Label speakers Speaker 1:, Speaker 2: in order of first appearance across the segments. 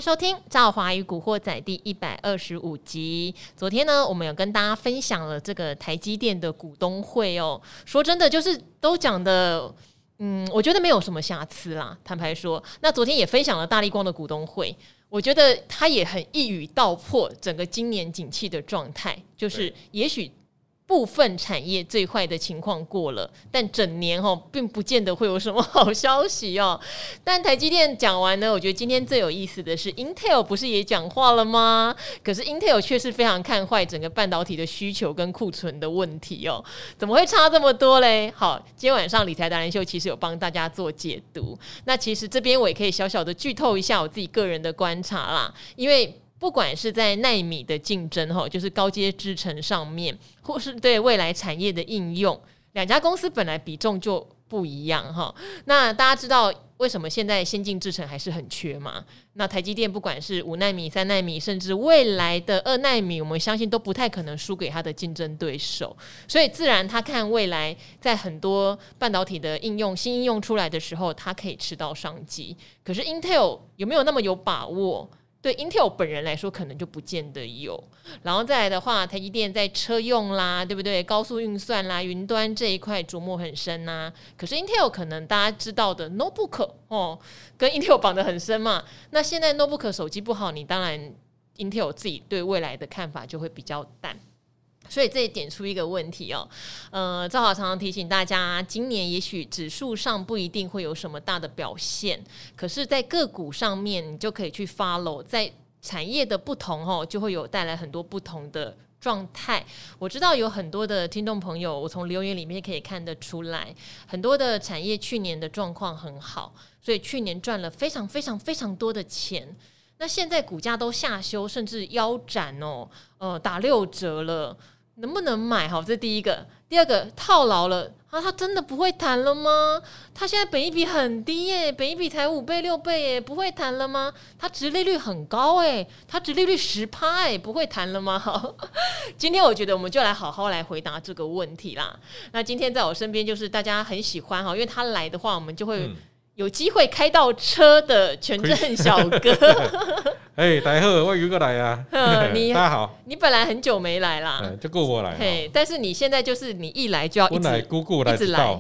Speaker 1: 收听《赵华与古惑仔》第125集。昨天呢，我们有跟大家分享了这个台积电的股东会哦。说真的，就是都讲的，我觉得没有什么瑕疵啦。坦白说，那昨天也分享了大立光的股东会，我觉得他也很一语道破整个今年景气的状态，就是也许部分产业最坏的情况过了，但整年并不见得会有什么好消息哦。但台积电讲完呢，我觉得今天最有意思的是 Intel 不是也讲话了吗？可是 Intel 却是非常看坏整个半导体的需求跟库存的问题哦。怎么会差这么多嘞？好，今天晚上理财达人秀其实有帮大家做解读。那其实这边我也可以小小的剧透一下我自己个人的观察啦，因为不管是在奈米的竞争，就是高阶制程上面，或是对未来产业的应用，两家公司本来比重就不一样。那大家知道为什么现在先进制程还是很缺吗？那台积电不管是5奈米、3奈米，甚至未来的2奈米，我们相信都不太可能输给它的竞争对手，所以自然他看未来在很多半导体的应用、新应用出来的时候，它可以吃到商机。可是 Intel 有没有那么有把握？对 Intel 本人来说可能就不见得有。然后再来的话，台积电在车用啦，对不对？高速运算啦、云端这一块琢磨很深啊。可是 Intel 可能大家知道的 Notebook 跟 Intel 绑得很深嘛。那现在 Notebook 手机不好，你当然 Intel 自己对未来的看法就会比较淡。所以这也点出一个问题哦，赵华常常提醒大家，今年也许指数上不一定会有什么大的表现，可是在个股上面你就可以去 follow， 在产业的不同就会有带来很多不同的状态。我知道有很多的听众朋友，我从留言里面可以看得出来，很多的产业去年的状况很好，所以去年赚了非常非常非常多的钱。那现在股价都下修，甚至腰斩打6折了，能不能买？好，这第一个。第二个，套牢了他真的不会弹了吗？他现在本益比很低耶，本益比才5倍6倍耶，不会弹了吗？他殖利率很高耶，他殖利率10%耶，不会弹了吗？好，今天我觉得我们就来好好来回答这个问题啦。那今天在我身边就是大家很喜欢因为他来的话，我们就会有机会开到车的权证小哥。
Speaker 2: 大家好，我又过来啊！大家好，
Speaker 1: 你本来很久没来啦，
Speaker 2: 就顾我来。
Speaker 1: 但是你现在就是你一来就要一直来
Speaker 2: 一
Speaker 1: 直来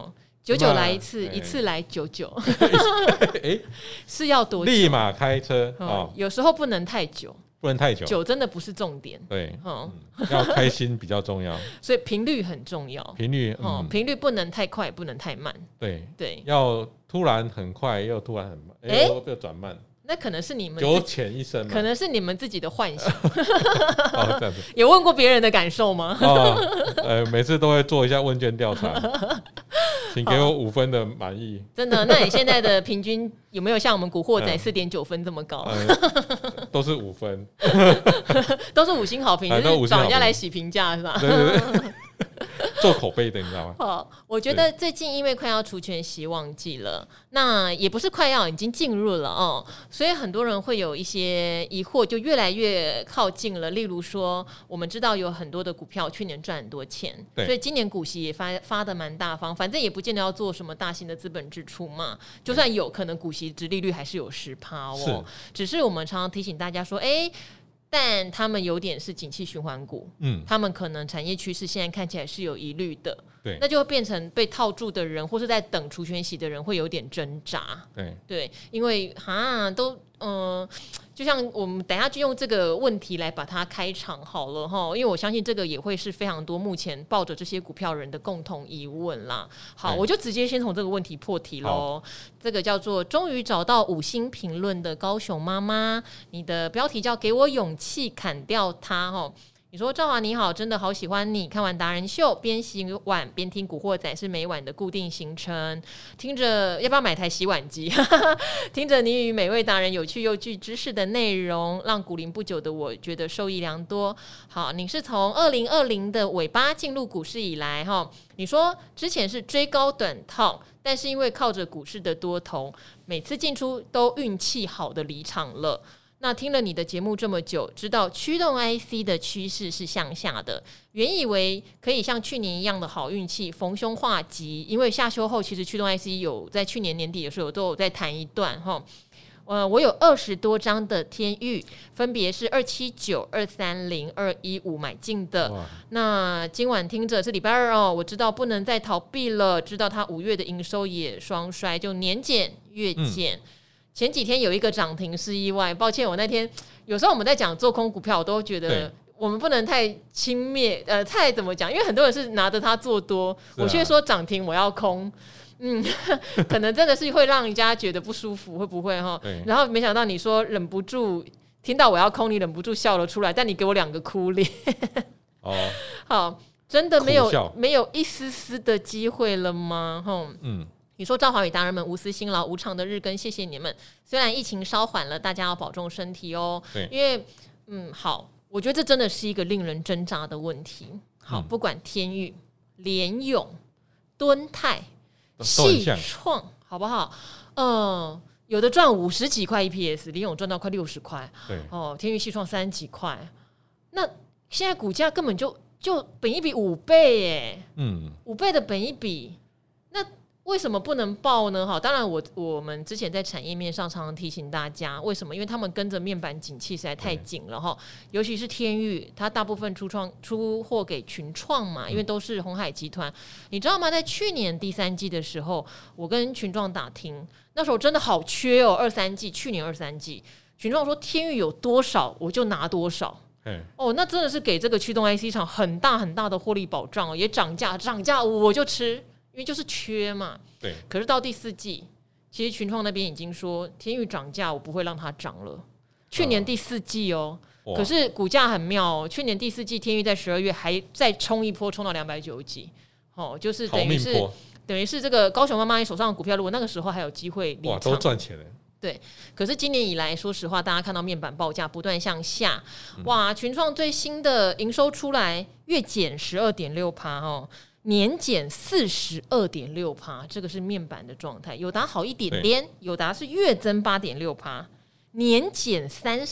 Speaker 1: ，99来一次，一次来99。是要多久？
Speaker 2: 立马开车
Speaker 1: 有时候不能太久。
Speaker 2: 不能太久，
Speaker 1: 久真的不是重点。
Speaker 2: 对，要开心比较重要，
Speaker 1: 所以频率很重要。
Speaker 2: 频率
Speaker 1: 不能太快，不能太慢。
Speaker 2: 对，要突然很快，又突然很慢，又转慢。
Speaker 1: 那可能是你们
Speaker 2: 九浅一深，
Speaker 1: 可能是你们自己的幻想。
Speaker 2: 这样子
Speaker 1: 有问过别人的感受吗？
Speaker 2: 每次都会做一下问卷调查，请给我5分的满意。
Speaker 1: 真的？那你现在的平均有没有像我们古惑仔4.9分这么高？
Speaker 2: 都是5分，
Speaker 1: 都是5星好评，就是找人家来洗评价是吧？
Speaker 2: 对。做口碑的你知道吗？
Speaker 1: 我觉得最近因为快要除权息旺季了，那也不是快要，已经进入了所以很多人会有一些疑惑，就越来越靠近了。例如说，我们知道有很多的股票去年赚很多钱，所以今年股息也发的蛮大方，反正也不见得要做什么大型的资本支出嘛，就算有可能股息殖利率还是有10%只是我们常常提醒大家说，但他们有点是景气循环股，他们可能产业趋势现在看起来是有疑虑的，那就会变成被套住的人，或是在等除权息的人会有点挣扎，对，因为都就像我们等一下就用这个问题来把它开场好了因为我相信这个也会是非常多目前抱着这些股票人的共同疑问啦。好，我就直接先从这个问题破题咯。这个叫做终于找到5星评论的高雄妈妈，你的标题叫给我勇气砍掉它你说赵华你好，真的好喜欢你，看完达人秀边洗碗边听古惑仔是每晚的固定行程，听着要不要买台洗碗机听着你与每位达人有趣又具知识的内容，让股龄不久的我觉得受益良多。好，你是从2020的尾巴进入股市以来你说之前是追高短套，但是因为靠着股市的多头，每次进出都运气好的离场了。那听了你的节目这么久，知道驱动 IC 的趋势是向下的，原以为可以像去年一样的好运气逢凶化吉，因为下修后其实驱动 IC 有在去年年底的时候都有在谈一段我有20多张的天钰，分别是279、230、215买进的。那今晚听着是礼拜2哦，我知道不能再逃避了，知道它5月的营收也双衰，就年减月减。前几天有一个涨停是意外，抱歉，我那天有时候我们在讲做空股票，我都觉得我们不能太轻蔑，太怎么讲？因为很多人是拿着它做多，我却说涨停我要空。可能真的是会让人家觉得不舒服，会不会哈？然后没想到你说忍不住听到我要空，你忍不住笑了出来，但你给我2个哭脸。好，真的没有一丝丝的机会了吗？你说赵华宇达人们无私辛劳无偿的日更，谢谢你们。虽然疫情稍缓了，大家要保重身体哦。因为好，我觉得这真的是一个令人挣扎的问题。好，不管天钰、联咏、敦泰、细创好不好？有的赚50几块 EPS， 联咏赚到快60块，天钰细创30几块，那现在股价根本就本益比5倍耶，5倍的本益比，那为什么不能报呢？当然我们之前在产业面上常常提醒大家，为什么？因为他们跟着面板景气实在太紧了尤其是天钰，它大部分出货给群创嘛，因为都是鸿海集团，你知道吗？在去年第3季的时候，我跟群创打听，那时候真的好缺23季，去年23季，群创说天钰有多少我就拿多少。那真的是给这个驱动 IC 厂很大很大的获利保障也涨价我就吃，因为就是缺嘛。可是到第4季，其实群创那边已经说天钰涨价，我不会让它涨了。去年第4季可是股价很妙去年第4季天钰在12月还再冲一波，冲到290几，就是等于是这个高雄妈妈手上的股票，如果那个时候还有机会离场，
Speaker 2: 都赚钱了。
Speaker 1: 对，可是今年以来，说实话，大家看到面板报价不断向下，群创最新的营收出来，月减12.6%年减42.6%，这个是面板的状态。友达好一点点，友达是月增8.6%，年减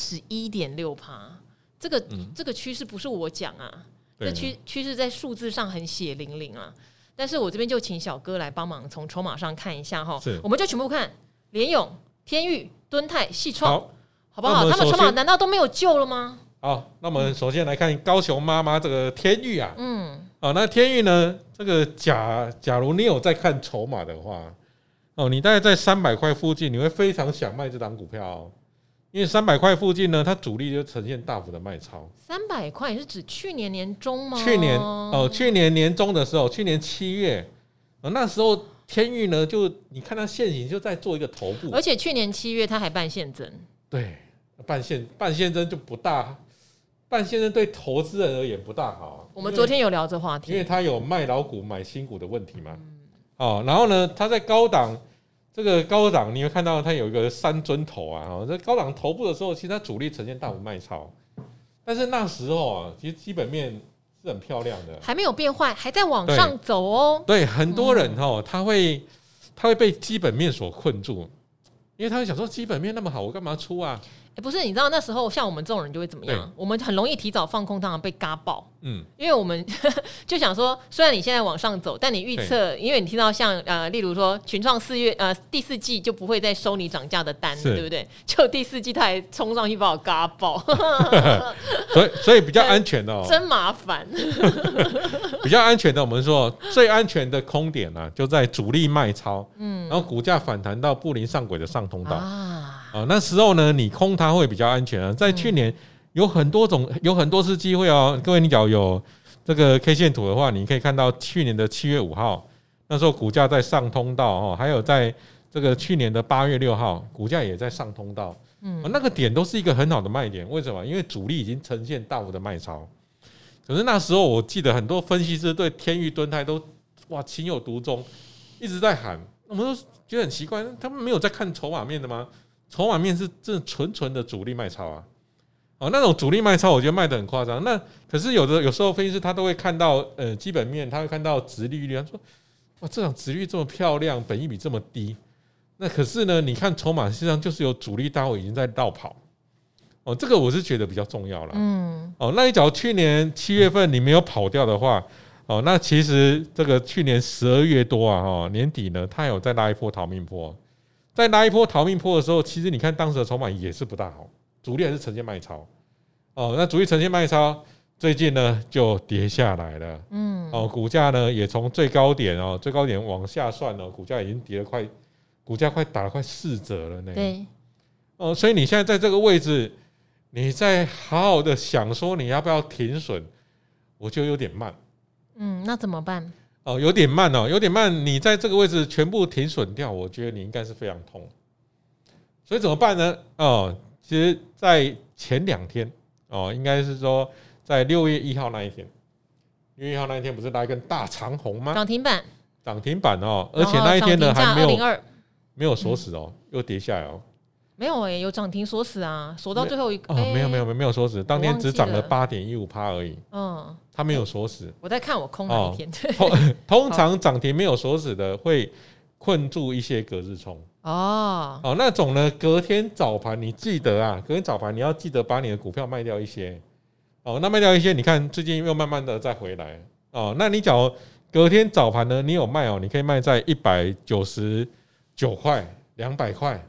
Speaker 1: 31.6%。这个趋势不是我讲啊，这趋势在数字上很血淋淋啊。但是我这边就请小哥来帮忙从筹码上看一下我们就全部看联咏、天钰、敦泰、细创，好不好？他们筹码难道都没有救了吗？
Speaker 2: 好，那我们首先来看高雄妈妈这个天钰啊，那天钰呢，这个假如你有在看筹码的话，你大概在300块附近，你会非常想卖这档股票因为300块附近呢，它主力就呈现大幅的卖超。
Speaker 1: 300块是指去年年中吗？
Speaker 2: 去年年中的时候，去年7月，那时候天钰呢，就你看它现形就在做一个头部，
Speaker 1: 而且去年7月它还办现增。
Speaker 2: 对，办现增就不大，办现增对投资人而言不大好。
Speaker 1: 我们昨天有聊这话题，
Speaker 2: 因为它有卖老股买新股的问题嘛。然后呢，它在高档。这个高档你会看到它有一个3尊头在高档头部的时候，其实它主力呈现大幅卖超，但是那时候其实基本面是很漂亮的，
Speaker 1: 还没有变坏，还在往上走
Speaker 2: 对，很多人他会被基本面所困住，因为他会想说基本面那么好，我干嘛出啊？
Speaker 1: 不是，你知道那时候像我们这种人就会怎么样？我们很容易提早放空，当然被嘎爆。因为我们就想说，虽然你现在往上走，但你预测，因为你听到像例如说群创第4季就不会再收你涨价的单，对不对？就第4季他还冲上去把我嘎爆，
Speaker 2: 所以比较安全的
Speaker 1: 真麻烦。
Speaker 2: 比较安全的，我们说最安全的空点就在主力卖超，然后股价反弹到布林上轨的上通道那时候呢，你空它会比较安全在去年有很多次机会各位你只要有这个 K 线图的话，你可以看到去年的7月5号，那时候股价在上通道还有在这个去年的8月6号，股价也在上通道那个点都是一个很好的卖点。为什么？因为主力已经呈现大幅的卖超。可是那时候我记得很多分析师对天钰、敦泰都情有独钟，一直在喊。我们都觉得很奇怪，他们没有在看筹码面的吗？筹码面是真的纯的主力卖超那种主力卖超我觉得卖得很夸张。那可是有时候分析师他都会看到基本面，他会看到殖利率，他说这场殖利率这么漂亮，本益比这么低，那可是呢你看筹码实际上就是有主力大户已经在绕跑这个我是觉得比较重要了那你假如去年7月份你没有跑掉的话那其实这个去年12月多年底呢，他有再拉一波逃命波。 在拉一波逃命波的时候，其实你看当时的筹码也是不大好，主力还是呈现卖超那主力呈现卖超，最近呢就跌下来了，股价呢也从最高点往下算股价已经跌了股价快打了快4折了呢。
Speaker 1: 对，
Speaker 2: 所以你现在在这个位置，你再好好的想说你要不要停损，我觉得有点慢。
Speaker 1: 那怎么办？
Speaker 2: 有点慢有点慢。你在这个位置全部停损掉，我觉得你应该是非常痛。所以怎么办呢？其实，在前2天应该是说在6月1号那一天，6月1号那一天不是拉一根大长红吗？
Speaker 1: 涨停板
Speaker 2: 而且那一天呢还没有锁死又跌下来
Speaker 1: 没有有涨停锁死啊，锁到最后一个
Speaker 2: 没有锁死，当天只涨了8.15%而已。它没有锁死。
Speaker 1: 我在看我空哪一天。
Speaker 2: 通常涨停没有锁死的会困住一些隔日冲那种呢，隔天早盘你记得隔天早盘你要记得把你的股票卖掉一些那卖掉一些，你看最近又慢慢的再回来那你假如隔天早盘呢，你有卖你可以卖在199块、200块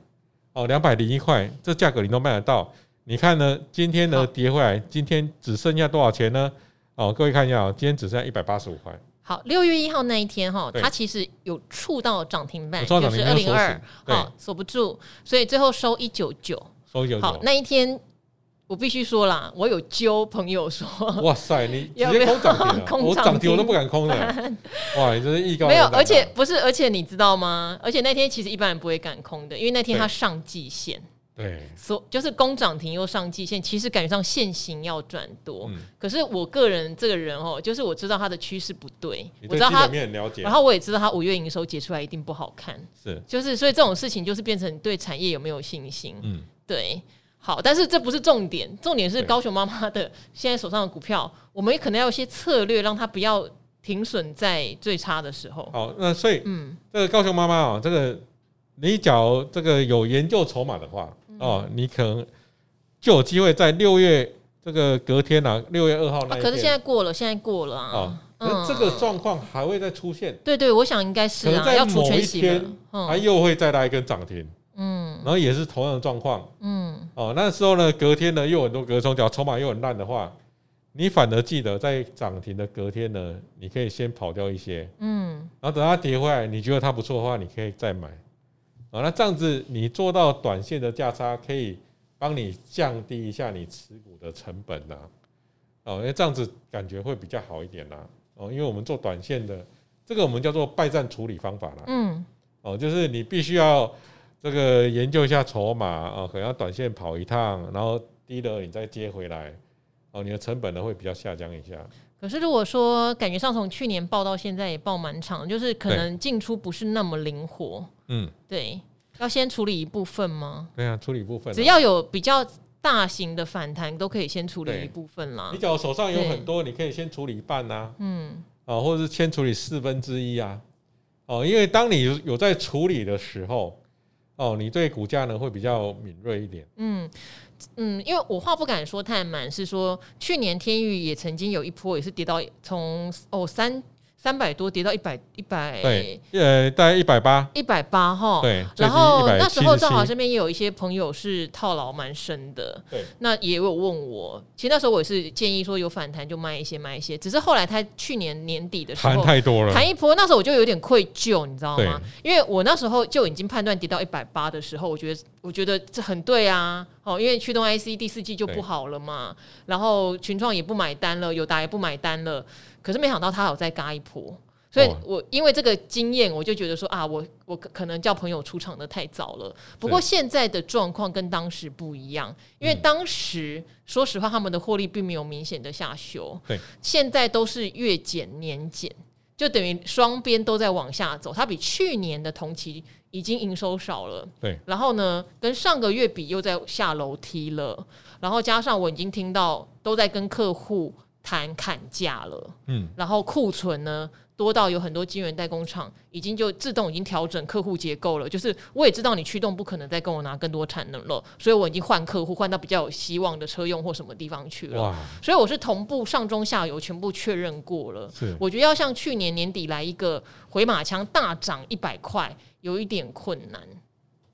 Speaker 2: 201块，这价格你都卖得到。你看呢，今天呢跌回来，今天只剩下多少钱呢？各位看一下今天只剩下185块。
Speaker 1: 好，6月1号那一天它其实有触到涨停板，就是202锁不住，所以最后收199。好，那一天我必须说啦，我有揪朋友说，
Speaker 2: 哇塞，你直接空涨停我涨停我都不敢空的。哇，你这是艺高人胆大。
Speaker 1: 没有，而且你知道吗？而且那天其实一般人不会敢空的，因为那天它上季线。
Speaker 2: 对，
Speaker 1: 就是攻涨停又上季线，其实感觉上线型要转多。可是我个人这个人就是我知道他的趋势不对，我知道他，然后我也知道他5月营收解出来一定不好看，就是所以这种事情就是变成对产业有没有信心。对，好，但是这不是重点，重点是高雄妈妈的现在手上的股票，我们可能要有一些策略，让他不要停损在最差的时候。
Speaker 2: 好，那所以这个高雄妈妈这个。你假如这个有研究筹码的话你可能就有机会在6月这个隔天6月2号那一天
Speaker 1: 可是现在过了
Speaker 2: 可是这个状况还会再出现。
Speaker 1: 对，我想应该是
Speaker 2: 可能在某一天它又会再来一根涨停然后也是同样的状况那时候呢隔天呢又有很多隔冲，假如筹码又很烂的话，你反而记得在涨停的隔天呢，你可以先跑掉一些然后等它跌回来，你觉得它不错的话，你可以再买那这样子你做到短线的价差，可以帮你降低一下你持股的成本因为这样子感觉会比较好一点因为我们做短线的这个我们叫做败战处理方法就是你必须要这个研究一下筹码可能要短线跑一趟，然后低了你再接回来你的成本呢会比较下降一下。
Speaker 1: 可是如果说感觉上从去年报到现在也报蛮长，就是可能进出不是那么灵活对，要先处理一部分吗？
Speaker 2: 对啊，处理一部分只
Speaker 1: 要有比较大型的反弹都可以先处理一部分啦。
Speaker 2: 你假如手上有很多，你可以先处理一半或者是先处理1/4因为当你有在处理的时候你对股价呢会比较敏锐一点。
Speaker 1: 因为我话不敢说太满，是说去年天钰也曾经有一波也是跌到从300多跌到100，
Speaker 2: 对，大概180
Speaker 1: 哈。
Speaker 2: 对，
Speaker 1: 然后那时候正好身边也有一些朋友是套牢蛮深的，
Speaker 2: 对，
Speaker 1: 那也有问我，其实那时候我也是建议说有反弹就卖一些，只是后来他去年年底的时候
Speaker 2: 弹太多了，
Speaker 1: 弹一波，那时候我就有点愧疚，你知道吗？因为我那时候就已经判断跌到180的时候，我觉得这很对啊，因为驱动 IC 第4季就不好了嘛，然后群创也不买单了，友达也不买单了。可是没想到他有再嘎一波，所以我因为这个经验，我就觉得说我可能叫朋友出场的太早了。不过现在的状况跟当时不一样，因为当时说实话他们的获利并没有明显的下修，
Speaker 2: 对，
Speaker 1: 现在都是月减年减，就等于双边都在往下走。它比去年的同期已经营收少了，
Speaker 2: 对，
Speaker 1: 然后呢跟上个月比又在下楼梯了，然后加上我已经听到都在跟客户谈砍价了，然后库存呢多到有很多晶圆代工厂已经就自动已经调整客户结构了，就是我也知道你驱动不可能再跟我拿更多产能了，所以我已经换客户换到比较有希望的车用或什么地方去了，所以我是同步上中下游全部确认过了，我觉得要像去年年底来一个回马枪大涨100块有一点困难。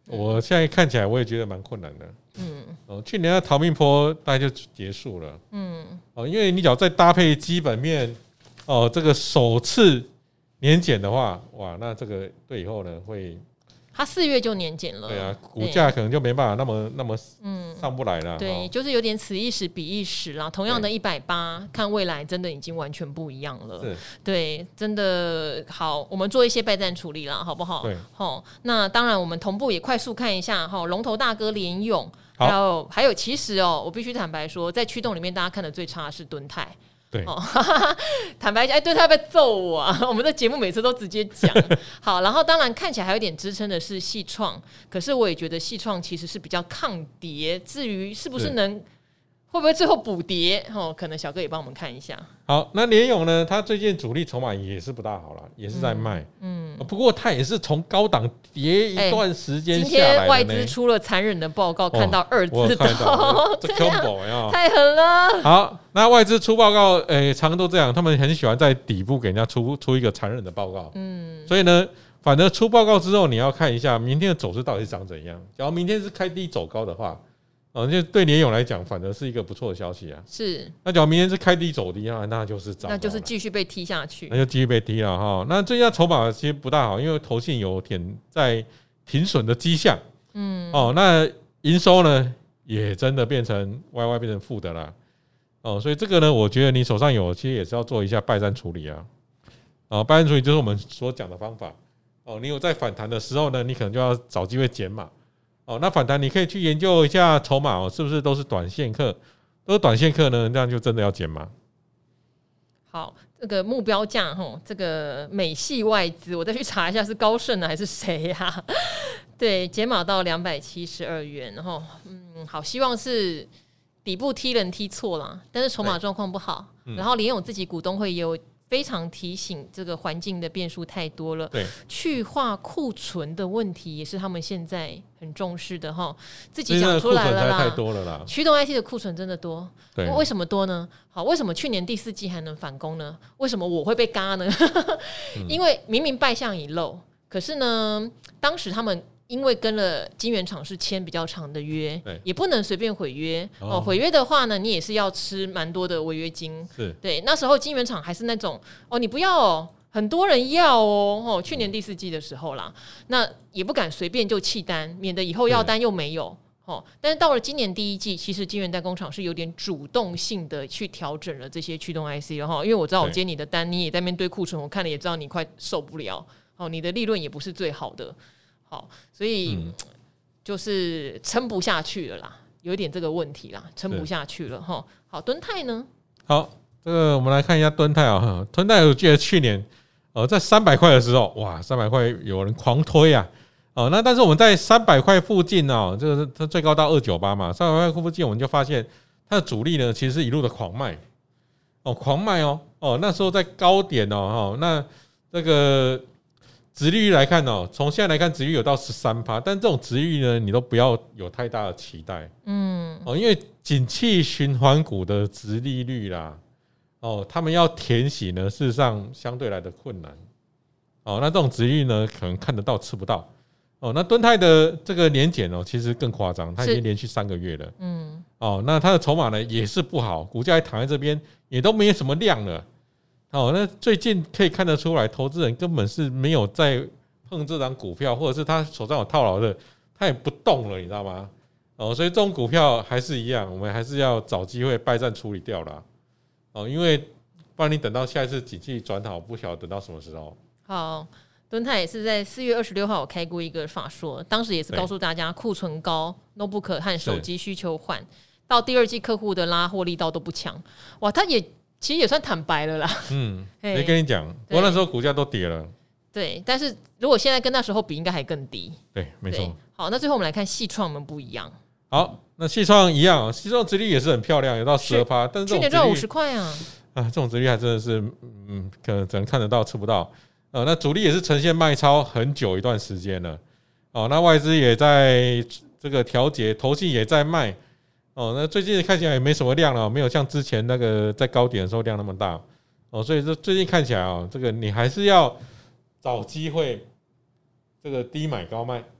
Speaker 2: 我现在看起来我也觉得蛮困难的。去年的逃命坡大概就结束了。因为你只要再搭配基本面，这个首次年检的话，哇，那这个对以后呢会。
Speaker 1: 它4月就年检了，
Speaker 2: 对啊，股价可能就没办法那么上不来了。
Speaker 1: 对，就是有点此一时彼一时啦。同样的180，看未来真的已经完全不一样了。对，真的好，我们做一些备战处理啦，好不好？
Speaker 2: 对，
Speaker 1: 那当然我们同步也快速看一下龙头大哥联咏，还有其实我必须坦白说，在驱动里面大家看的最差的是敦泰。
Speaker 2: 对，
Speaker 1: 坦白讲，对他被揍我啊！我们的节目每次都直接讲好，然后当然看起来还有点支撑的是细创，可是我也觉得细创其实是比较抗跌，至于是不是会不会最后补跌，可能小哥也帮我们看一下。好，
Speaker 2: 那联咏呢？它最近主力筹码也是不大好了，也是在卖。不过它也是从高档跌一段时间下来的。今天
Speaker 1: 外资出了残忍的报告，看到2字头，
Speaker 2: 这 combo
Speaker 1: 太狠了。
Speaker 2: 好，那外资出报告，常常都这样，他们很喜欢在底部给人家出一个残忍的报告。所以呢，反正出报告之后，你要看一下明天的走势到底是长怎样。假如明天是开低走高的话，就对联咏来讲，反而是一个不错的消息啊。是，那假如明天是开低走低啊，那就是
Speaker 1: 继续被踢下去，
Speaker 2: 那就继续被踢了哈。那最近筹码其实不大好，因为投信有在停损的迹象。那营收呢也真的变成 YY 变成负的啦。所以这个呢，我觉得你手上有，其实也是要做一下败战处理啊。败战处理就是我们所讲的方法。你有在反弹的时候呢，你可能就要找机会减码。那反弹你可以去研究一下筹码是不是都是短线客，都是短线客呢，这样就真的要减码。
Speaker 1: 好，这个目标价这个美系外资，我再去查一下是高盛还是谁啊？对，减码到272元，然后好，希望是底部踢人踢错了，但是筹码状况不好，然后联咏自己股东会也有非常提醒，这个环境的变数太多了，对，去化库存的问题也是他们现在很重视的哈，自己讲出来了啦，
Speaker 2: 太多了啦。
Speaker 1: 驱动 IC 的库存真的多，对，为什么多呢？好，为什么去年第4季还能反攻呢？为什么我会被嘎呢？因为明明败相已露，可是呢，当时他们因为跟了晶圆厂是签比较长的约，也不能随便毁约毁约的话呢，你也是要吃蛮多的违约金。对，那时候晶圆厂还是那种你不要很多人要去年第4季的时候啦，那也不敢随便就弃单，免得以后要单又没有。但是到了今年第1季，其实晶圆代工厂是有点主动性的去调整了这些驱动 IC 了因为我知道我接你的单，你也在那边堆库存，我看了也知道你快受不了，你的利润也不是最好的。好，所以就是撑不下去了啦，有一点这个问题啦，撑不下去了哈。好，敦泰呢？好，
Speaker 2: 这个我们来看一下敦泰啊。敦泰我记得去年在300块的时候，哇，300块有人狂推啊。那但是我们在300块附近这个它最高到298嘛，300块附近我们就发现它的主力呢，其实是一路的狂卖狂卖那时候在高点那这个。殖利率来看从现在来看，殖利率有到13%，但这种殖利率呢，你都不要有太大的期待，因为景气循环股的殖利率啦，他们要填息呢，事实上相对来的困难，那这种殖利率呢，可能看得到吃不到，那敦泰的这个年减其实更夸张，它已经连续3个月了，那它的筹码呢也是不好，股价还躺在这边，也都没有什么量了。那最近可以看得出来，投资人根本是没有在碰这张股票，或者是他手上有套牢的，他也不动了，你知道吗？所以这种股票还是一样，我们还是要找机会败战处理掉了，因为不然你等到下一次景气转好，不晓得等到什么时候。
Speaker 1: 好，敦泰也是在4月26号我开过一个法说，当时也是告诉大家库存高 ，notebook 和手机需求缓，到第2季客户的拉货力道都不强，哇，他也。其实也算坦白了啦，
Speaker 2: 没跟你讲，不过那时候股价都跌了，
Speaker 1: 对，但是如果现在跟那时候比，应该还更低，
Speaker 2: 对，没错。
Speaker 1: 好，那最后我们来看细创们不一样，
Speaker 2: 好，那细创一样，细创殖利率也是很漂亮，有到12%，但是
Speaker 1: 去年赚50块啊，
Speaker 2: 这种殖利率还真的是，可能只能看得到吃不到，那主力也是呈现卖超很久一段时间了，那外资也在这个调节，投信也在卖。那最近看起来也没什么量了，没有像之前那个在高点的时候量那么大所以这最近看起来这个你还是要找机会，这个低买高卖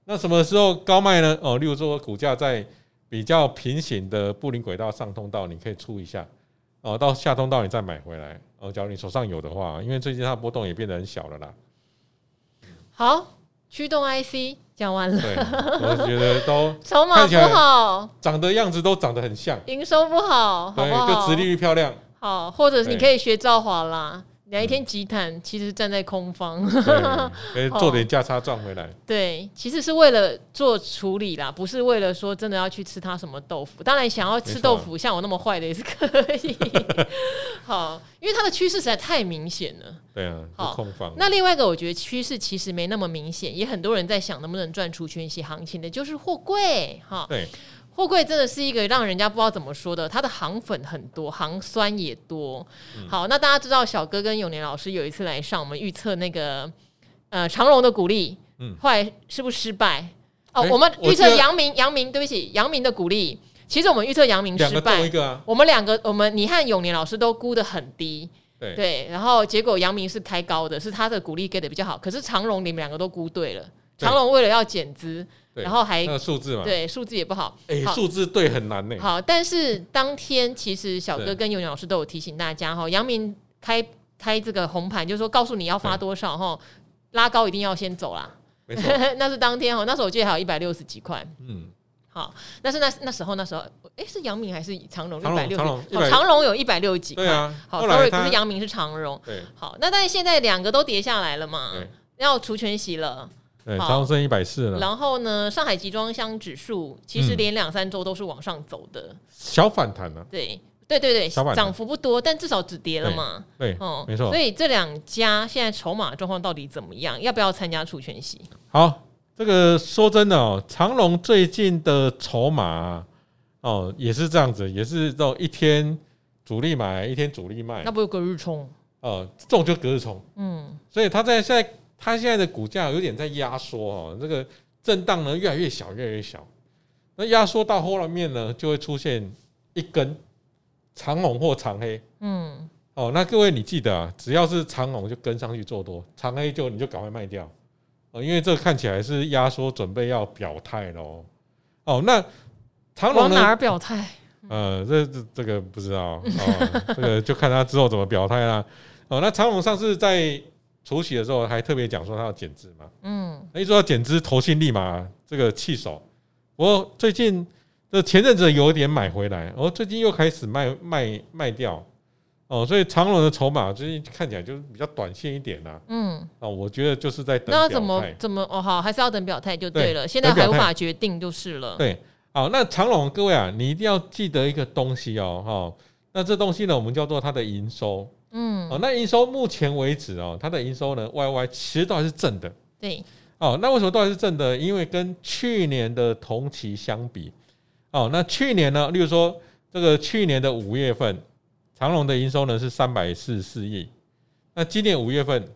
Speaker 2: 那什么时候高卖呢？例如说股价在比较平行的布林轨道上通道，你可以出一下，到下通道你再买回来。假如你手上有的话，因为最近它的波动也变得很小了啦。
Speaker 1: 好，驱动 IC 讲完了。
Speaker 2: 对，我觉得都
Speaker 1: 筹码不好，
Speaker 2: 长的样子都长得很像，
Speaker 1: 营收不好，好不好？
Speaker 2: 就殖利率漂亮。
Speaker 1: 好，或者你可以学兆华啦。哪一天急弹，其实站在空方，
Speaker 2: 可以做点价差赚回来。
Speaker 1: 对，其实是为了做处理啦，不是为了说真的要去吃它什么豆腐。当然，想要吃豆腐，像我那么坏的也是可以。好，因为它的趋势实在太明显了。
Speaker 2: 对啊，好，空方。
Speaker 1: 那另外一个，我觉得趋势其实没那么明显，也很多人在想能不能赚除权息行情的，就是货柜。哈，
Speaker 2: 对。
Speaker 1: 货柜真的是一个让人家不知道怎么说的，它的行粉很多，行酸也多。好，那大家知道小哥跟永年老师有一次来上，我们预测那个长荣的股利，后来是不是失败？我们预测阳明，对不起，阳明的股利，其实我们预测阳明失败，我们你和永年老师都估得很低。对，然后结果阳明是开高的，是他的股利给的比较好，可是长荣你们两个都估对了，长荣为了要减资。然后还
Speaker 2: 那个数字嘛，
Speaker 1: 对，数字也不好。
Speaker 2: 数字对很难呢。
Speaker 1: 好，但是当天其实小哥跟永年老师都有提醒大家哈，阳明开这个红盘，就是说告诉你要发多少哈，拉高一定要先走啦。
Speaker 2: 没错，
Speaker 1: 那是当天哈，那时候我记得还有160几块。好，那是那时候，是阳明还是长荣？160，长荣有160几块。对
Speaker 2: 啊，
Speaker 1: 好 ，sorry， 不是阳明是长荣。对，好，那但是现在两个都跌下来了嘛，要除权息了。
Speaker 2: 对，长荣剩140了。
Speaker 1: 然后呢，上海集装箱指数其实连2-3周都是往上走的，
Speaker 2: 小反弹了。
Speaker 1: 对，涨幅不多，但至少止跌了嘛。对，
Speaker 2: 没错。
Speaker 1: 所以这两家现在筹码状况到底怎么样？要不要参加除权息？
Speaker 2: 好，这个说真的长荣最近的筹码也是这样子，也是这种一天主力买，一天主力卖，
Speaker 1: 那不有隔日冲？
Speaker 2: 这种就隔日冲。所以它现在的股价有点在压缩这个震荡呢越来越小，越来越小。那压缩到后面呢，就会出现一根长红或长黑。那各位你记得只要是长红就跟上去做多，长黑你就赶快卖掉。因为这个看起来是压缩，准备要表态咯。那长荣呢？
Speaker 1: 往哪儿表态？
Speaker 2: 这个不知道这个就看他之后怎么表态啦。那长荣上次在除息的时候还特别讲说他要减资嘛，一说要减资，投信立马这个弃手。不过最近前阵子有点买回来，最近又开始卖掉，所以长荣的筹码最近看起来就是比较短线一点啦。我觉得就是在等表态。
Speaker 1: 那怎么好，还是要等表态就对了。现在还无法决定就是了。
Speaker 2: 对，好，那长荣各位啊，你一定要记得一个东西那这东西呢，我们叫做它的营收。那营收目前为止它的营收呢 YY 其实都还是正的。
Speaker 1: 对，
Speaker 2: 那为什么都还是正的？因为跟去年的同期相比，那去年呢，例如说这个去年的5月份，长荣的营收呢是344亿，那今年5月份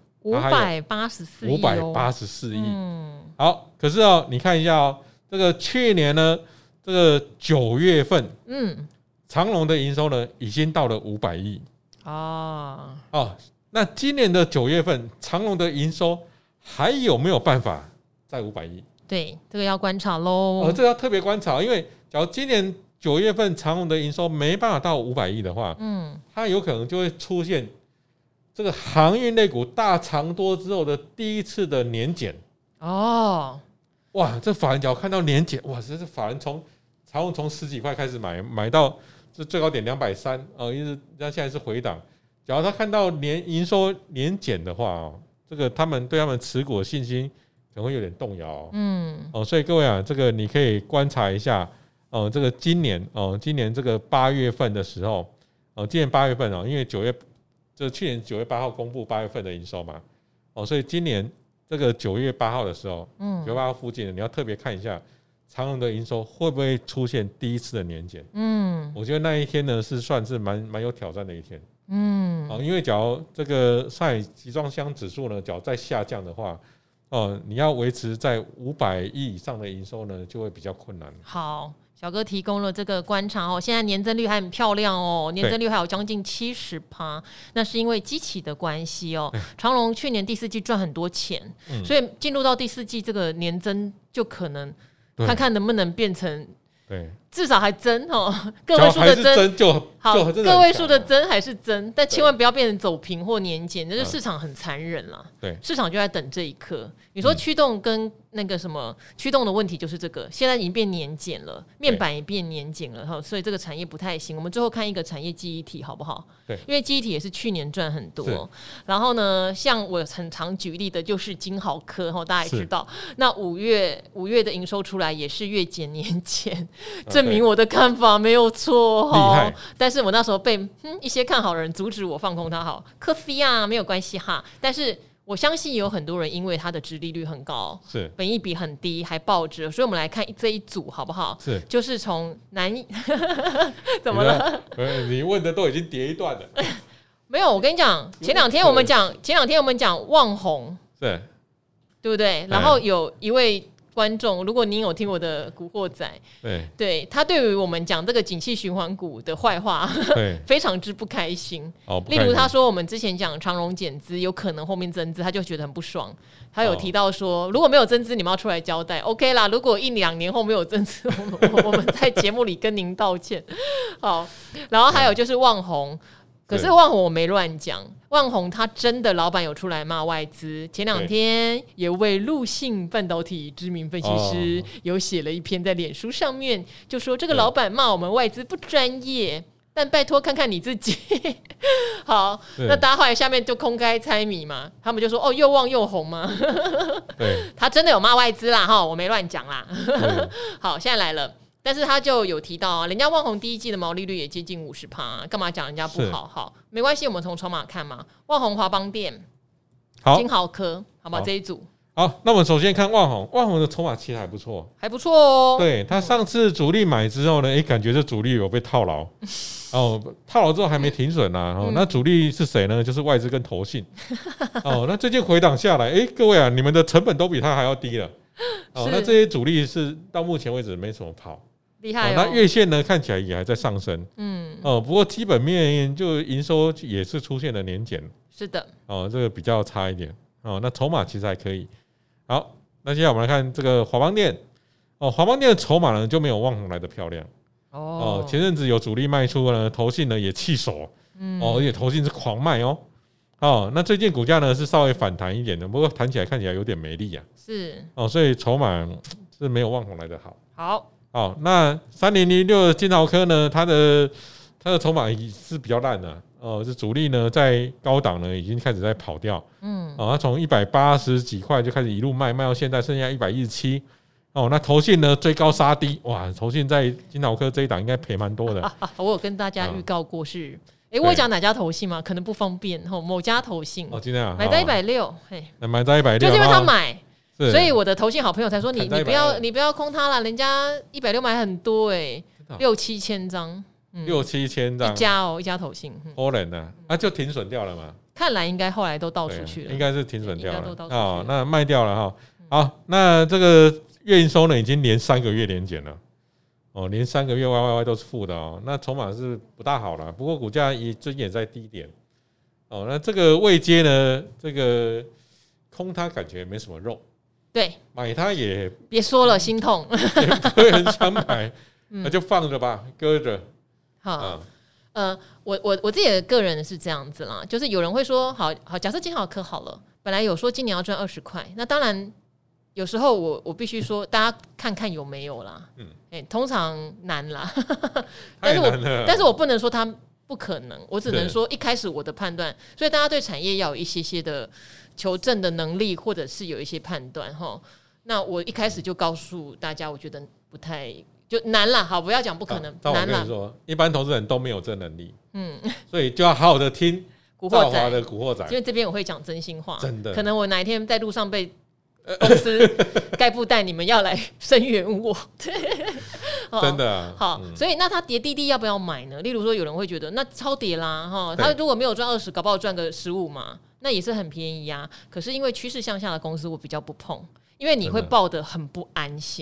Speaker 1: 584亿。
Speaker 2: 好，可是你看一下这个去年呢，这个9月份，长荣的营收呢已经到了500亿。那今年的9月份，长荣的营收还有没有办法在500亿？
Speaker 1: 对，这个要观察咯。
Speaker 2: 这个要特别观察，因为假如今年9月份长荣的营收没办法到500亿的话，它有可能就会出现这个航运类股大长多之后的第一次的年减。哇，这法人只要看到年减，哇，这是法人长荣从10几块开始买到这最高点230，因为它现在是回档。假如他看到营收年减的话，这个他们对他们持股的信心可能会有点动摇。所以各位啊，这个你可以观察一下。这个今年这个8月份的时候，今年8月份因为去年9月8号公布8月份的营收嘛，所以今年这个9月8号的时候，9月8號附近你要特别看一下长荣的营收会不会出现第一次的年减。我觉得那一天呢是算是蛮有挑战的一天。因为假如这个上海集装箱指数呢，假如再下降的话，你要维持在500亿以上的营收呢，就会比较困难。
Speaker 1: 好， 小哥提供了这个观察哦，现在年增率还很漂亮哦，年增率还有将近70%，那是因为基期的关系哦。长荣去年第4季赚很多钱，所以进入到第4季这个年增就可能看看能不能变成。对，至少还增哦，个位数的增就好，个位数的增还是增，但千万不要变成走平或年减，这就市场很残忍啦。对，市场就在等这一刻。你说驱动跟那个什么驱动的问题就是这个，现在已经变年减了，面板也变年减了，所以这个产业不太行。我们最后看一个产业记忆体好不好？对，因为记忆体也是去年赚很多。然后呢，像我很常举例的就是金豪科，大家也知道，那5月的营收出来也是月减年减，证明我的看法没有错，厉害。但是我那时候被一些看好的人阻止我放空它，好，可惜啊，没有关系哈。但是我相信有很多人因为它的殖利率很高，是本益比很低，还抱着，所以我们来看这一组好不好？是，就是从怎么了？
Speaker 2: 你问的都已经跌一段了。
Speaker 1: 没有，我跟你讲，前两天我们讲旺宏，是，对不对？然后有一位观众，如果您有听我的古惑仔，对他对于我们讲这个景气循环股的坏话非常之不开心。例如他说我们之前讲长荣减资有可能后面增资，他就觉得很不爽。他有提到说如果没有增资你们要出来交代 OK 啦，如果1-2年后没有增资我们在节目里跟您道歉。好，然后还有就是旺宏，可是旺宏我没乱讲，旺宏他真的老板有出来骂外资，前2天有位陆信半导体知名分析师有写了一篇在脸书上面，就说这个老板骂我们外资不专业，但拜托看看你自己。好，那大家后来下面就公开猜谜嘛，他们就说又旺又红吗？他真的有骂外资啦，我没乱讲啦。好，现在来了。但是他就有提到啊，人家旺宏第1季的毛利率也接近50%，干嘛讲人家不好？好，没关系，我们从筹码看嘛。旺宏、华邦电、金豪科，好吧，这一组。
Speaker 2: 好，那我们首先看旺宏的筹码其实还不错，
Speaker 1: 还不错哦。
Speaker 2: 对，他上次主力买之后呢，感觉这主力有被套牢，套牢之后还没停损啊。那主力是谁呢？就是外资跟投信。那最近回档下来，各位啊，你们的成本都比他还要低了。那这些主力是到目前为止没什么跑，
Speaker 1: 厉害。
Speaker 2: 那月线呢看起来也还在上升，不过基本面就营收也是出现了年减，
Speaker 1: 是的，
Speaker 2: 这个比较差一点，那筹码其实还可以。好，那接下来我们来看这个华邦电，华邦电的筹码呢就没有旺宏来的漂亮，前阵子有主力卖出呢，投信呢也弃守，而且投信是狂卖那最近股价呢是稍微反弹一点的，不过弹起来看起来有点没力啊。是所以筹码是没有旺宏来的好。好，那3006的金豪科呢，它的筹码是比较烂的这主力呢在高档呢已经开始在跑掉，它从180几块就开始一路卖到现在剩下117。那投信呢追高杀低，哇，投信在金豪科这一档应该赔蛮多的。
Speaker 1: 我有跟大家预告过是。我有讲哪家投信吗？可能不方便某家投信
Speaker 2: 今天
Speaker 1: 买在160，
Speaker 2: 买在160，
Speaker 1: 就是因为他买，所以我的投信好朋友才说你不要空他了，人家160买很多6-7千张
Speaker 2: ，6-7千张
Speaker 1: 一家投信，
Speaker 2: 可能就停损掉了嘛？
Speaker 1: 看来应该后来都倒出去了，
Speaker 2: 应该是停损掉了那卖掉了好，那这个月营收呢已经连3个月连减了。连3个月 YYY 都是负的那筹码是不大好了，不过股价最近也在低点那这个位阶呢，这个空它感觉没什么肉，
Speaker 1: 对，
Speaker 2: 买它也
Speaker 1: 别说了，心痛，
Speaker 2: 也不会很想买，那就放着吧，搁着。
Speaker 1: 好，我自己的个人是这样子啦，就是有人会说，好，假设金豪科好了，本来有说今年要赚20块，那当然。有时候我必须说，大家看看有没有啦。通常难啦，但是我不能说它不可能，我只能说一开始我的判断，所以大家对产业要有一些的求证的能力，或者是有一些判断那我一开始就告诉大家，我觉得不太就难啦。好，不要讲不可能，难啦。
Speaker 2: 一般投资人都没有这能力，所以就要好好的听兆华的古惑仔，
Speaker 1: 因为这边我会讲真心话，
Speaker 2: 真的，
Speaker 1: 可能我哪一天在路上被。公司概不带你们要来声援我，
Speaker 2: 真的
Speaker 1: 好，所以那它跌滴滴要不要买呢？例如说，有人会觉得那超跌啦，他如果没有赚20，搞不好赚个15嘛，那也是很便宜啊。可是因为趋势向下的公司，我比较不碰，因为你会抱得很不安心。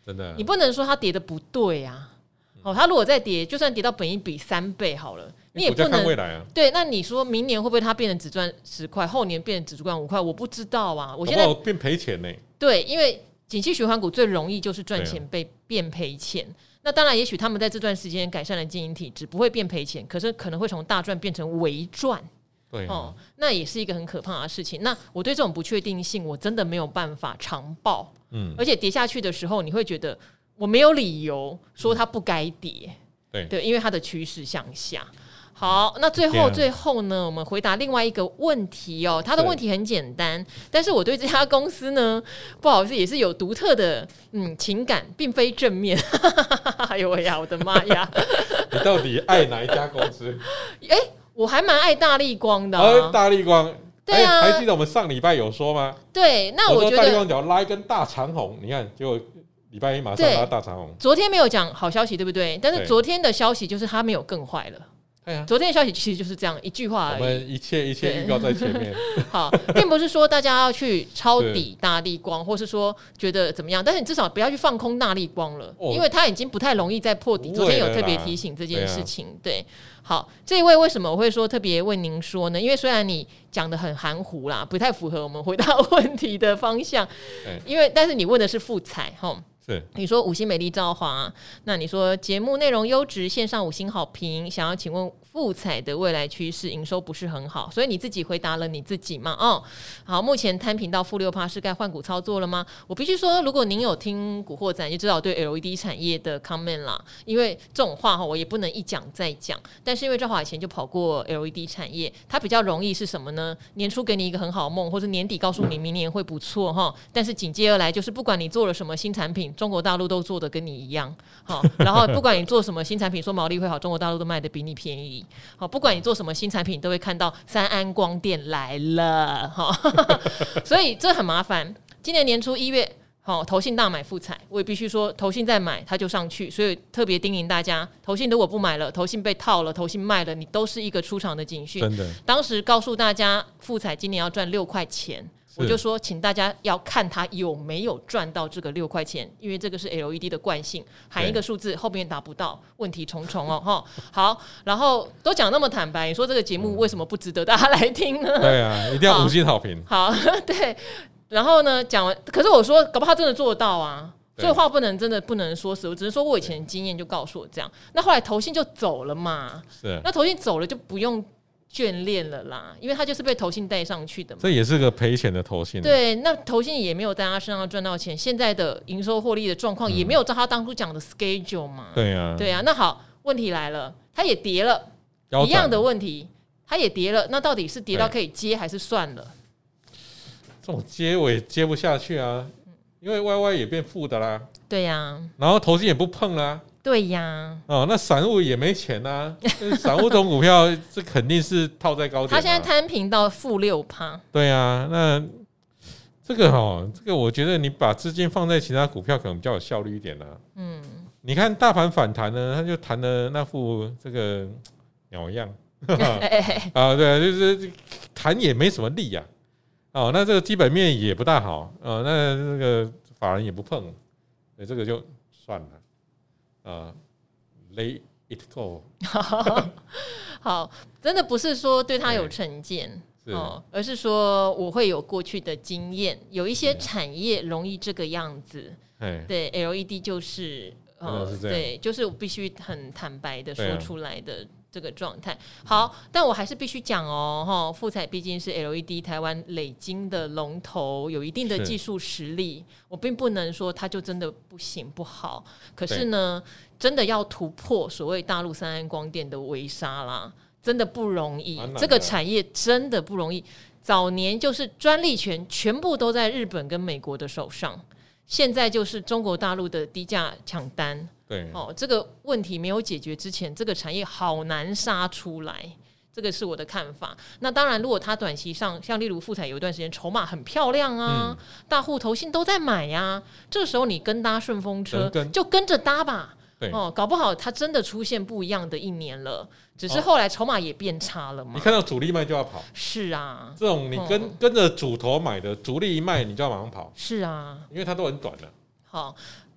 Speaker 2: 真的，
Speaker 1: 你不能说它跌的不对啊。它如果再跌，就算跌到本益比3倍好了，你也不能
Speaker 2: 看未来啊。
Speaker 1: 对，那你说明年会不会它变成只赚10块，后年变成只赚5块？我不知道啊。我现在
Speaker 2: 变赔钱呢。
Speaker 1: 对，因为景气循环股最容易就是赚钱变赔钱。那当然，也许他们在这段时间改善了经营体质，不会变赔钱，可是可能会从大赚变成微赚。
Speaker 2: 对
Speaker 1: 那也是一个很可怕的事情。那我对这种不确定性，我真的没有办法长抱。而且跌下去的时候，你会觉得我没有理由说它不该跌。对，因为它的趋势向下。好，那最后呢，我们回答另外一个问题哦。他的问题很简单，但是我对这家公司呢，不好意思，也是有独特的情感，并非正面。哎呦喂呀，我的妈呀！
Speaker 2: 你到底爱哪一家公司？
Speaker 1: 我还蛮爱大立光的。
Speaker 2: 大立光，
Speaker 1: 对啊，
Speaker 2: 还记得我们上礼拜有说吗？
Speaker 1: 对，那我觉得
Speaker 2: 大立光只要拉一根大长红，你看，结果礼拜一马上拉大长红。
Speaker 1: 昨天没有讲好消息，对不对？但是昨天的消息就是它没有更坏了。昨天的消息其实就是这样一句话而已。
Speaker 2: 我们一切预告在前面。
Speaker 1: 好，并不是说大家要去抄底大立光，或是说觉得怎么样，但是你至少不要去放空大立光了，因为它已经不太容易再破底。昨天有特别提醒这件事情。对，好，这一位为什么我会说特别为您说呢？因为虽然你讲的很含糊啦，不太符合我们回答问题的方向，但是你问的是富彩齁。你说5星美丽兆华，那你说节目内容优质，线上5星好评，想要请问富彩的未来趋势，营收不是很好，所以你自己回答了你自己嘛？好，目前摊平到-6%是该换股操作了吗？我必须说，如果您有听古惑仔，你就知道我对 LED 产业的 comment 啦，因为这种话我也不能一讲再讲，但是因为兆华以前就跑过 LED 产业，它比较容易是什么呢？年初给你一个很好的梦，或者年底告诉你明年会不错但是紧接而来就是不管你做了什么新产品，中国大陆都做的跟你一样，然后不管你做什么新产品，说毛利会好，中国大陆都卖的比你便宜，不管你做什么新产品，都会看到三安光电来了，所以这很麻烦。今年年初1月，投信大买富彩，我也必须说，投信再买它就上去，所以特别叮咛大家，投信如果不买了，投信被套了，投信卖了，你都是一个出场的警讯。
Speaker 2: 真的，当
Speaker 1: 时告诉大家，富彩今年要赚6块钱。我就说，请大家要看他有没有赚到这个6块钱，因为这个是 LED 的惯性，喊一个数字后面达不到，问题重重哦。好，然后都讲那么坦白，你说这个节目为什么不值得大家来听呢？
Speaker 2: 对啊，一定要5星好评。
Speaker 1: 好，对。然后呢，讲完，可是我说，搞不好他真的做得到啊。所以话真的不能说死，我只是说我以前的经验就告诉我这样。那后来投信就走了嘛，那投信走了就不用眷恋了啦，因为他就是被投信带上去的嘛。
Speaker 2: 这也是个赔钱的投信。
Speaker 1: 对，那投信也没有在他身上赚到钱，现在的营收获利的状况也没有照他当初讲的 schedule 嘛。
Speaker 2: 对啊，
Speaker 1: 对啊。那好，问题来了，他也跌了，一样的问题，他也跌了，那到底是跌到可以接还是算了？
Speaker 2: 这种接我也接不下去啊，因为 YY 也变负的啦。
Speaker 1: 对呀。
Speaker 2: 然后投信也不碰啦。
Speaker 1: 对呀，
Speaker 2: 那散户也没钱啊，散户这种股票，这肯定是套在高点。
Speaker 1: 他现在摊平到-6%。
Speaker 2: 对啊，那这个我觉得你把资金放在其他股票，可能比较有效率一点啦。你看大盘反弹呢，他就弹了那副这个鸟样啊，对，就是弹也没什么力啊。那这个基本面也不大好那这个法人也不碰，所以这个就算了。Let it go
Speaker 1: 好，真的不是说对他有成见而是说我会有过去的经验，有一些产业容易这个样子。对 LED 就是对，就是我必须很坦白的说出来的这个状态。好，但我还是必须讲富彩毕竟是 LED 台湾累金的龙头，有一定的技术实力，我并不能说它就真的不行不好。可是呢，真的要突破所谓大陆三安光电的围杀啦，真的不容易，这个产业真的不容易。早年就是专利权全部都在日本跟美国的手上，现在就是中国大陆的低价抢单。
Speaker 2: 对
Speaker 1: 这个问题没有解决之前，这个产业好难杀出来，这个是我的看法。那当然，如果它短期上，像例如富彩有一段时间筹码很漂亮啊，大户投信都在买呀，这时候你跟搭顺风车就跟着搭吧。搞不好它真的出现不一样的一年了，只是后来筹码也变差了嘛。
Speaker 2: 你看到主力卖就要跑。
Speaker 1: 是啊，
Speaker 2: 这种你跟着主头买的，主力一卖你就要马上跑。
Speaker 1: 是啊，
Speaker 2: 因为它都很短的。
Speaker 1: 好。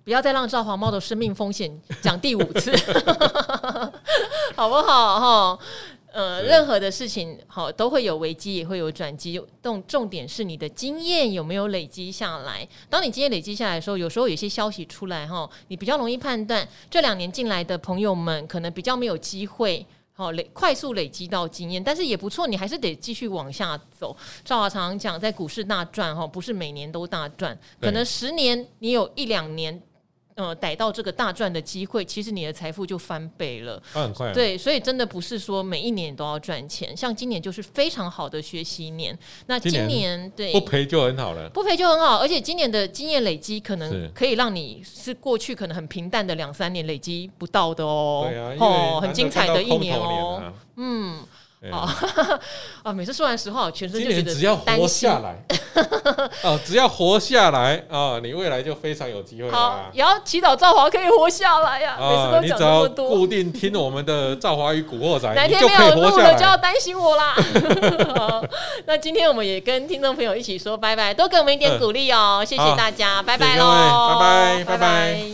Speaker 1: 不要再让赵华猫的生命风险讲第5次，好不好？任何的事情好都会有危机，也会有转机。重点是你的经验有没有累积下来。当你经验累积下来的时候，有时候有些消息出来你比较容易判断。这2年进来的朋友们，可能比较没有机会。快速累积到经验，但是也不错，你还是得继续往下走。赵华常常讲，在股市大赚不是每年都大赚，可能10年你有1-2年。逮到这个大赚的机会，其实你的财富就翻倍了。
Speaker 2: 很快
Speaker 1: 对，所以真的不是说每一年都要赚钱，像今年就是非常好的学习年。那今年对
Speaker 2: 不赔就很好了，
Speaker 1: 不赔就很好，而且今年的经验累积可能可以让你是过去可能很平淡的2-3年累积不到的哦。
Speaker 2: 对啊，
Speaker 1: 很精彩的一年哦。每次说完实话，我全身就觉得
Speaker 2: 今年只要活下来只要活下来你未来就非常有机会啦。
Speaker 1: 也要祈祷赵华可以活下来呀。每次都讲这么多，
Speaker 2: 你只要固定听我们的赵华与古惑仔，
Speaker 1: 哪天没有录了就要担心我啦。那今天我们也跟听众朋友一起说拜拜，多给我们一点鼓励哦，谢谢大家，拜拜喽，
Speaker 2: 拜拜。